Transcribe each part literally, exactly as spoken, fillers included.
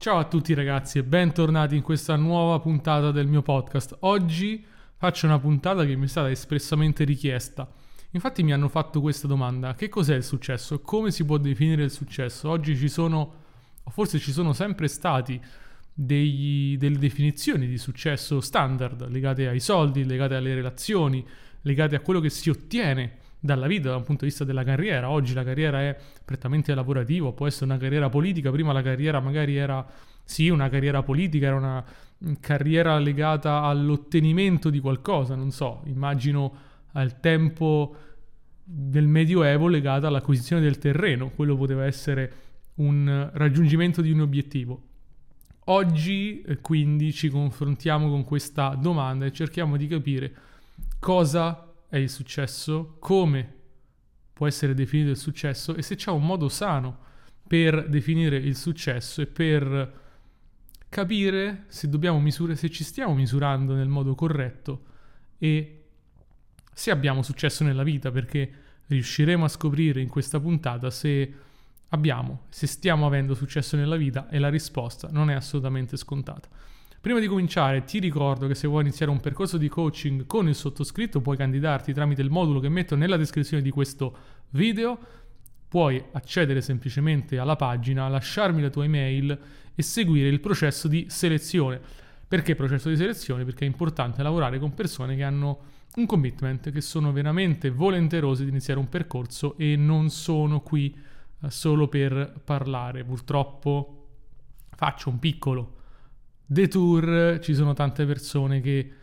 Ciao a tutti ragazzi e bentornati in questa nuova puntata del mio podcast. Oggi faccio una puntata che mi è stata espressamente richiesta. Infatti mi hanno fatto questa domanda: che cos'è il successo? Come si può definire il successo? Oggi ci sono, o forse ci sono sempre stati, degli, delle definizioni di successo standard legate ai soldi, legate alle relazioni, legate a quello che si ottiene dalla vita dal punto di vista della carriera. Oggi la carriera è prettamente lavorativa, può essere una carriera politica. Prima la carriera magari era sì una carriera politica, era una carriera legata all'ottenimento di qualcosa, non so, immagino al tempo del Medioevo legata all'acquisizione del terreno. Quello poteva essere un raggiungimento di un obiettivo. Oggi eh, quindi ci confrontiamo con questa domanda e cerchiamo di capire cosa è il successo, come può essere definito il successo e se c'è un modo sano per definire il successo e per capire se dobbiamo misurare, se ci stiamo misurando nel modo corretto e se abbiamo successo nella vita, perché riusciremo a scoprire in questa puntata se abbiamo, se stiamo avendo successo nella vita, e la risposta non è assolutamente scontata. Prima di cominciare ti ricordo che se vuoi iniziare un percorso di coaching con il sottoscritto puoi candidarti tramite il modulo che metto nella descrizione di questo video. Puoi accedere semplicemente alla pagina, lasciarmi la tua email e seguire il processo di selezione. Perché processo di selezione? Perché è importante lavorare con persone che hanno un commitment, che sono veramente volenterose di iniziare un percorso e non sono qui eh, solo per parlare. Purtroppo faccio un piccolo detour, ci sono tante persone che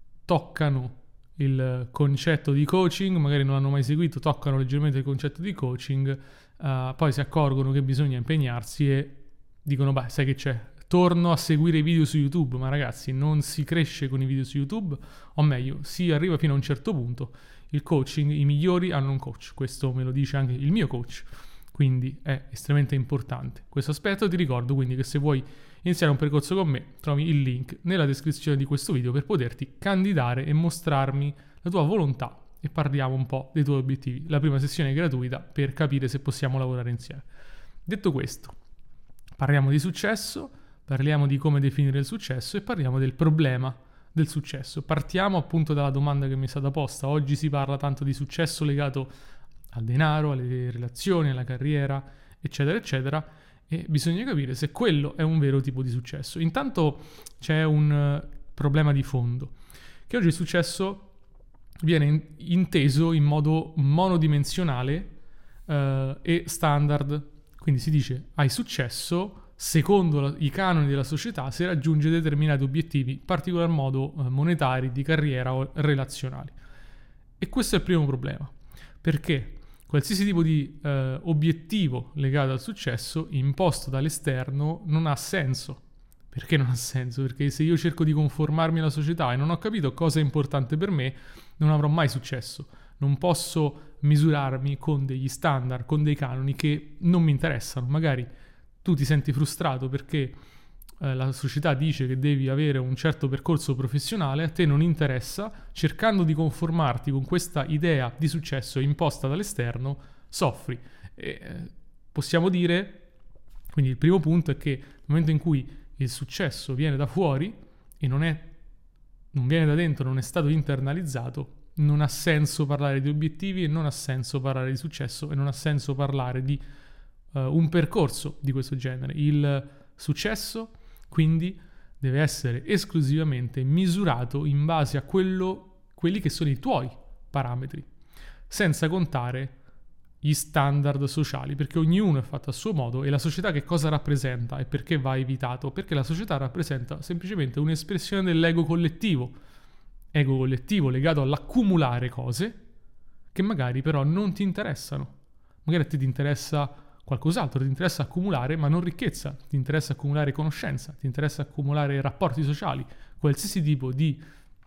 toccano il concetto di coaching, magari non l'hanno mai seguito, toccano leggermente il concetto di coaching, uh, poi si accorgono che bisogna impegnarsi e dicono: beh, sai che c'è, torno a seguire i video su YouTube. Ma ragazzi, non si cresce con i video su YouTube, o meglio, si arriva fino a un certo punto. Il coaching, i migliori hanno un coach, questo me lo dice anche il mio coach, quindi è estremamente importante questo aspetto. Ti ricordo quindi che se vuoi iniziare un percorso con me trovi il link nella descrizione di questo video per poterti candidare e mostrarmi la tua volontà e parliamo un po' dei tuoi obiettivi. La prima sessione è gratuita per capire se possiamo lavorare insieme. Detto questo, parliamo di successo, parliamo di come definire il successo e parliamo del problema del successo. Partiamo appunto dalla domanda che mi è stata posta. Oggi si parla tanto di successo legato al denaro, alle relazioni, alla carriera, eccetera eccetera, e bisogna capire se quello è un vero tipo di successo. Intanto c'è un problema di fondo, che oggi il successo viene in- inteso in modo monodimensionale eh, e standard. Quindi si dice: hai successo secondo la- i canoni della società se raggiunge determinati obiettivi, in particolar modo eh, monetari, di carriera o relazionali. E questo è il primo problema, perché qualsiasi tipo di eh, obiettivo legato al successo imposto dall'esterno non ha senso. Perché non ha senso? Perché se io cerco di conformarmi alla società e non ho capito cosa è importante per me, non avrò mai successo. Non posso misurarmi con degli standard, con dei canoni che non mi interessano. Magari tu ti senti frustrato perché eh, la società dice che devi avere un certo percorso professionale, a te non interessa, cercando di conformarti con questa idea di successo imposta dall'esterno, soffri. E, eh, possiamo dire, quindi il primo punto è che nel momento in cui il successo viene da fuori e non è, non viene da dentro, non è stato internalizzato, non ha senso parlare di obiettivi e non ha senso parlare di successo e non ha senso parlare di uh, un percorso di questo genere. Il successo quindi deve essere esclusivamente misurato in base a quello, quelli che sono i tuoi parametri, senza contare gli standard sociali, perché ognuno è fatto a suo modo. E la società che cosa rappresenta e perché va evitato? Perché la società rappresenta semplicemente un'espressione dell'ego collettivo, ego collettivo legato all'accumulare cose che magari però non ti interessano. Magari a te ti interessa qualcos'altro, ti interessa accumulare, ma non ricchezza, ti interessa accumulare conoscenza, ti interessa accumulare rapporti sociali, qualsiasi tipo di,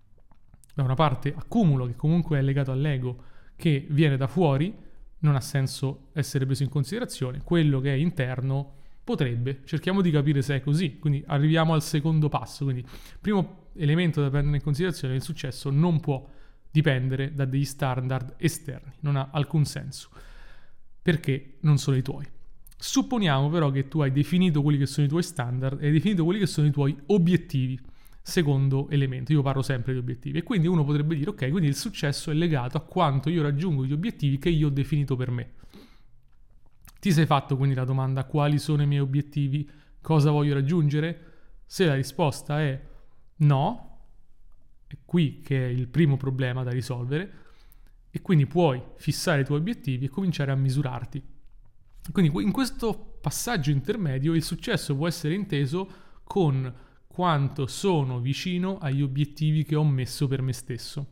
da una parte, accumulo che comunque è legato all'ego, che viene da fuori, non ha senso essere preso in considerazione. Quello che è interno potrebbe. Cerchiamo di capire se è così. Quindi arriviamo al secondo passo. Quindi primo elemento da prendere in considerazione: il successo non può dipendere da degli standard esterni, non ha alcun senso, perché non sono i tuoi. Supponiamo però che tu hai definito quelli che sono i tuoi standard e hai definito quelli che sono i tuoi obiettivi. Secondo elemento, io parlo sempre di obiettivi, e quindi uno potrebbe dire ok, quindi il successo è legato a quanto io raggiungo gli obiettivi che io ho definito per me. Ti sei fatto quindi la domanda: quali sono i miei obiettivi? Cosa voglio raggiungere? Se la risposta è no, è qui che è il primo problema da risolvere, e quindi puoi fissare i tuoi obiettivi e cominciare a misurarti. Quindi in questo passaggio intermedio il successo può essere inteso con quanto sono vicino agli obiettivi che ho messo per me stesso.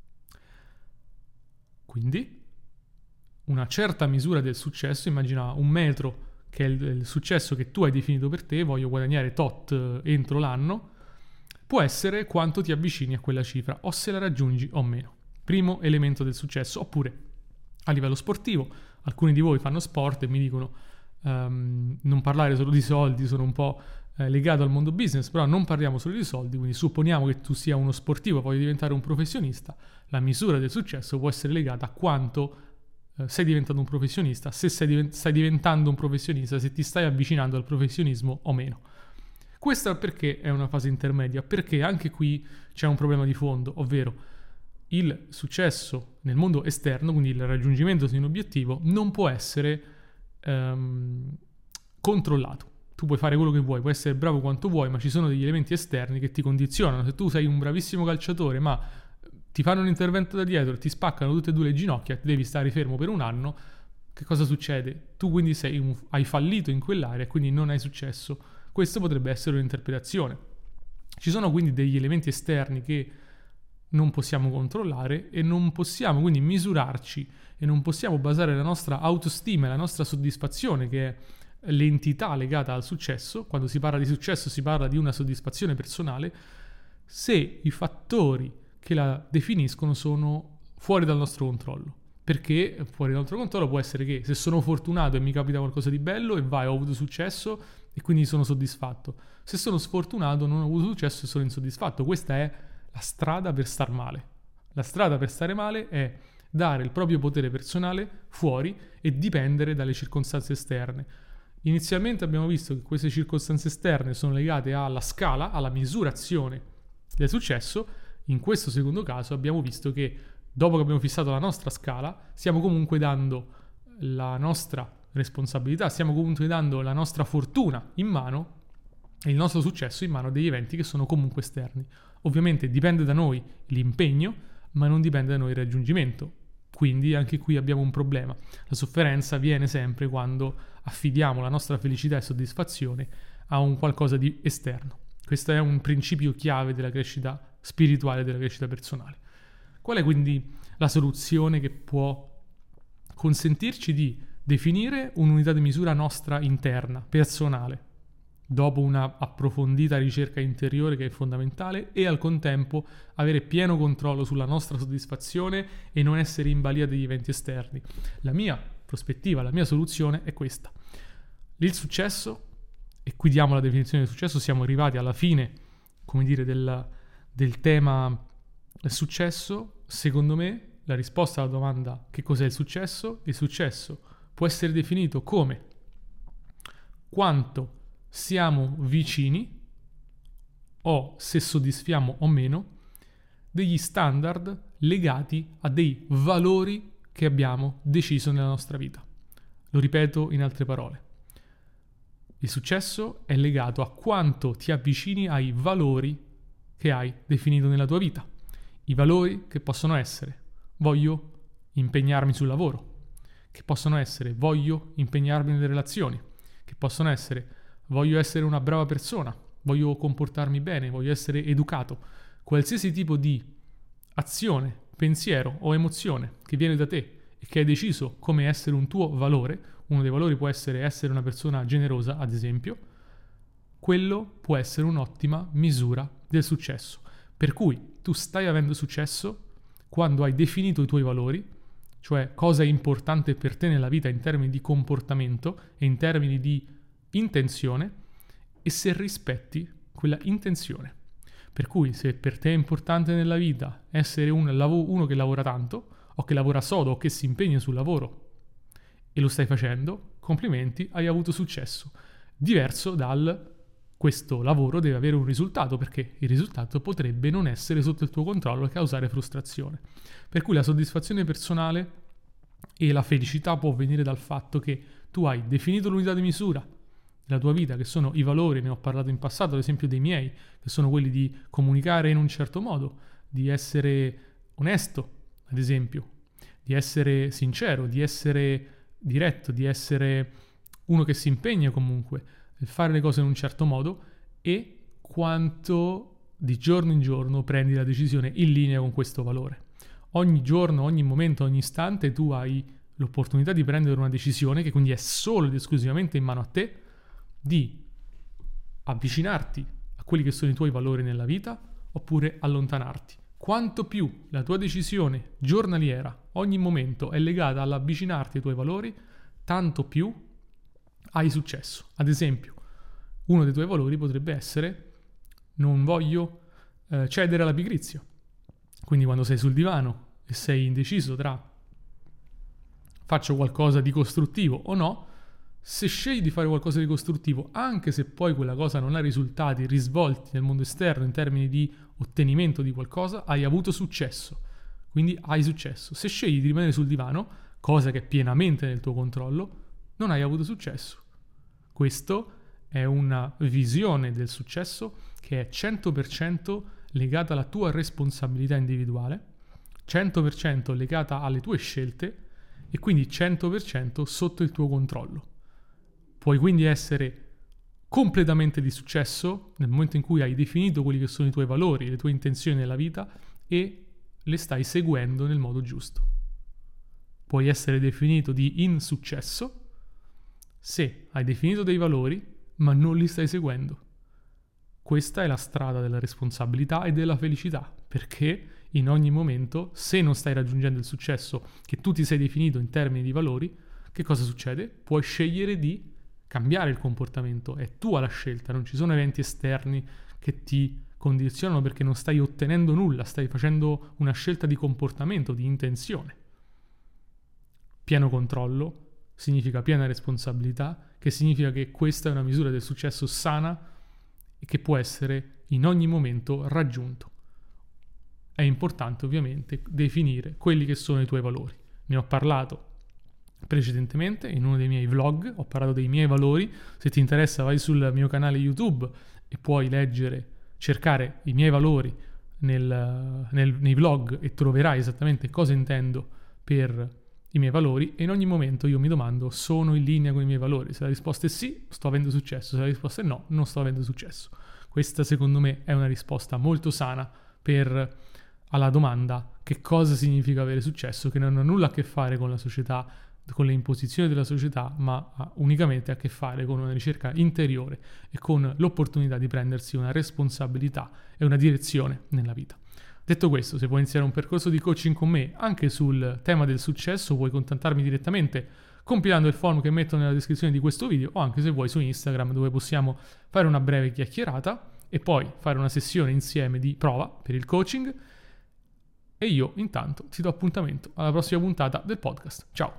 Quindi una certa misura del successo, immagina un metro che è il, il successo che tu hai definito per te, voglio guadagnare tot entro l'anno, può essere quanto ti avvicini a quella cifra, o se la raggiungi o meno. Primo elemento del successo. Oppure a livello sportivo, alcuni di voi fanno sport e mi dicono um, non parlare solo di soldi, sono un po' eh, legato al mondo business, però non parliamo solo di soldi, quindi supponiamo che tu sia uno sportivo e voglia diventare un professionista, la misura del successo può essere legata a quanto eh, sei diventato un professionista, se sei div- stai diventando un professionista, se ti stai avvicinando al professionismo o meno. Questo perché è una fase intermedia, perché anche qui c'è un problema di fondo, ovvero il successo nel mondo esterno, quindi il raggiungimento di un obiettivo, non può essere um, controllato. Tu puoi fare quello che vuoi, puoi essere bravo quanto vuoi, ma ci sono degli elementi esterni che ti condizionano. Se tu sei un bravissimo calciatore, ma ti fanno un intervento da dietro e ti spaccano tutte e due le ginocchia, ti devi stare fermo per un anno, che cosa succede? Tu quindi sei un, hai fallito in quell'area e quindi non hai successo. Questo potrebbe essere un'interpretazione. Ci sono quindi degli elementi esterni che non possiamo controllare e non possiamo quindi misurarci e non possiamo basare la nostra autostima e la nostra soddisfazione, che è l'entità legata al successo. Quando si parla di successo si parla di una soddisfazione personale, se i fattori che la definiscono sono fuori dal nostro controllo. Perché fuori dal nostro controllo può essere che se sono fortunato e mi capita qualcosa di bello e vai, ho avuto successo e quindi sono soddisfatto. Se sono sfortunato, non ho avuto successo e sono insoddisfatto. Questa è la strada per star male. La strada per stare male è dare il proprio potere personale fuori e dipendere dalle circostanze esterne. Inizialmente abbiamo visto che queste circostanze esterne sono legate alla scala, alla misurazione del successo. In questo secondo caso abbiamo visto che dopo che abbiamo fissato la nostra scala, stiamo comunque dando la nostra responsabilità, stiamo comunque dando la nostra fortuna in mano e il nostro successo in mano degli eventi che sono comunque esterni. Ovviamente dipende da noi l'impegno, ma non dipende da noi il raggiungimento. Quindi anche qui abbiamo un problema. La sofferenza viene sempre quando affidiamo la nostra felicità e soddisfazione a un qualcosa di esterno. Questo è un principio chiave della crescita spirituale, della crescita personale. Qual è quindi la soluzione che può consentirci di definire un'unità di misura nostra interna, personale, dopo una approfondita ricerca interiore che è fondamentale, e al contempo avere pieno controllo sulla nostra soddisfazione e non essere in balia degli eventi esterni? La mia prospettiva, la mia soluzione è questa. Il successo, e qui diamo la definizione di successo, siamo arrivati alla fine, come dire, del, del tema successo. Secondo me la risposta alla domanda che cos'è il successo, il successo può essere definito come quanto siamo vicini, o se soddisfiamo o meno, degli standard legati a dei valori che abbiamo deciso nella nostra vita. Lo ripeto in altre parole. Il successo è legato a quanto ti avvicini ai valori che hai definito nella tua vita. I valori che possono essere: voglio impegnarmi sul lavoro, che possono essere voglio impegnarmi nelle relazioni, che possono essere voglio essere una brava persona, voglio comportarmi bene, voglio essere educato. Qualsiasi tipo di azione, pensiero o emozione che viene da te e che hai deciso come essere un tuo valore, uno dei valori può essere essere una persona generosa, ad esempio, quello può essere un'ottima misura del successo. Per cui tu stai avendo successo quando hai definito i tuoi valori, cioè cosa è importante per te nella vita in termini di comportamento e in termini di intenzione, e se rispetti quella intenzione. Per cui se per te è importante nella vita essere un lav- uno che lavora tanto, o che lavora sodo, o che si impegna sul lavoro, e lo stai facendo, complimenti, hai avuto successo. Diverso dal questo lavoro deve avere un risultato, perché il risultato potrebbe non essere sotto il tuo controllo e causare frustrazione. Per cui la soddisfazione personale e la felicità può venire dal fatto che tu hai definito l'unità di misura della tua vita, che sono i valori, ne ho parlato in passato, ad esempio dei miei, che sono quelli di comunicare in un certo modo, di essere onesto, ad esempio, di essere sincero, di essere diretto, di essere uno che si impegna comunque nel fare le cose in un certo modo, e quanto di giorno in giorno prendi la decisione in linea con questo valore. Ogni giorno, ogni momento, ogni istante tu hai l'opportunità di prendere una decisione che quindi è solo ed esclusivamente in mano a te, di avvicinarti a quelli che sono i tuoi valori nella vita oppure allontanarti. Quanto più la tua decisione giornaliera, ogni momento, è legata all'avvicinarti ai tuoi valori, tanto più hai successo. Ad esempio, uno dei tuoi valori potrebbe essere: non voglio eh, cedere alla pigrizia. Quindi quando sei sul divano e sei indeciso tra faccio qualcosa di costruttivo o no, se scegli di fare qualcosa di costruttivo, anche se poi quella cosa non ha risultati, risvolti nel mondo esterno in termini di ottenimento di qualcosa, hai avuto successo. Quindi hai successo. Se scegli di rimanere sul divano, cosa che è pienamente nel tuo controllo, non hai avuto successo. Questo è una visione del successo che è cento per cento legata alla tua responsabilità individuale, cento per cento legata alle tue scelte e quindi cento per cento sotto il tuo controllo. Puoi quindi essere completamente di successo nel momento in cui hai definito quelli che sono i tuoi valori, le tue intenzioni nella vita e le stai seguendo nel modo giusto. Puoi essere definito di insuccesso se hai definito dei valori ma non li stai seguendo. Questa è la strada della responsabilità e della felicità, perché in ogni momento, se non stai raggiungendo il successo che tu ti sei definito in termini di valori, che cosa succede? Puoi scegliere di cambiare il comportamento, è tua la scelta, non ci sono eventi esterni che ti condizionano perché non stai ottenendo nulla, stai facendo una scelta di comportamento, di intenzione. Pieno controllo significa piena responsabilità, che significa che questa è una misura del successo sana e che può essere in ogni momento raggiunto. È importante ovviamente definire quelli che sono i tuoi valori. Ne ho parlato precedentemente in uno dei miei vlog, ho parlato dei miei valori. Se ti interessa vai sul mio canale YouTube e puoi leggere, cercare i miei valori nel, nel, nei vlog e troverai esattamente cosa intendo per i miei valori, e in ogni momento io mi domando: sono in linea con i miei valori? Se la risposta è sì, sto avendo successo; se la risposta è no, non sto avendo successo. Questa secondo me è una risposta molto sana per alla domanda che cosa significa avere successo, che non ha nulla a che fare con la società, con le imposizioni della società, ma ha unicamente a che fare con una ricerca interiore e con l'opportunità di prendersi una responsabilità e una direzione nella vita. Detto questo, se vuoi iniziare un percorso di coaching con me anche sul tema del successo, puoi contattarmi direttamente compilando il form che metto nella descrizione di questo video, o anche se vuoi su Instagram, dove possiamo fare una breve chiacchierata e poi fare una sessione insieme di prova per il coaching. E io intanto ti do appuntamento alla prossima puntata del podcast. Ciao!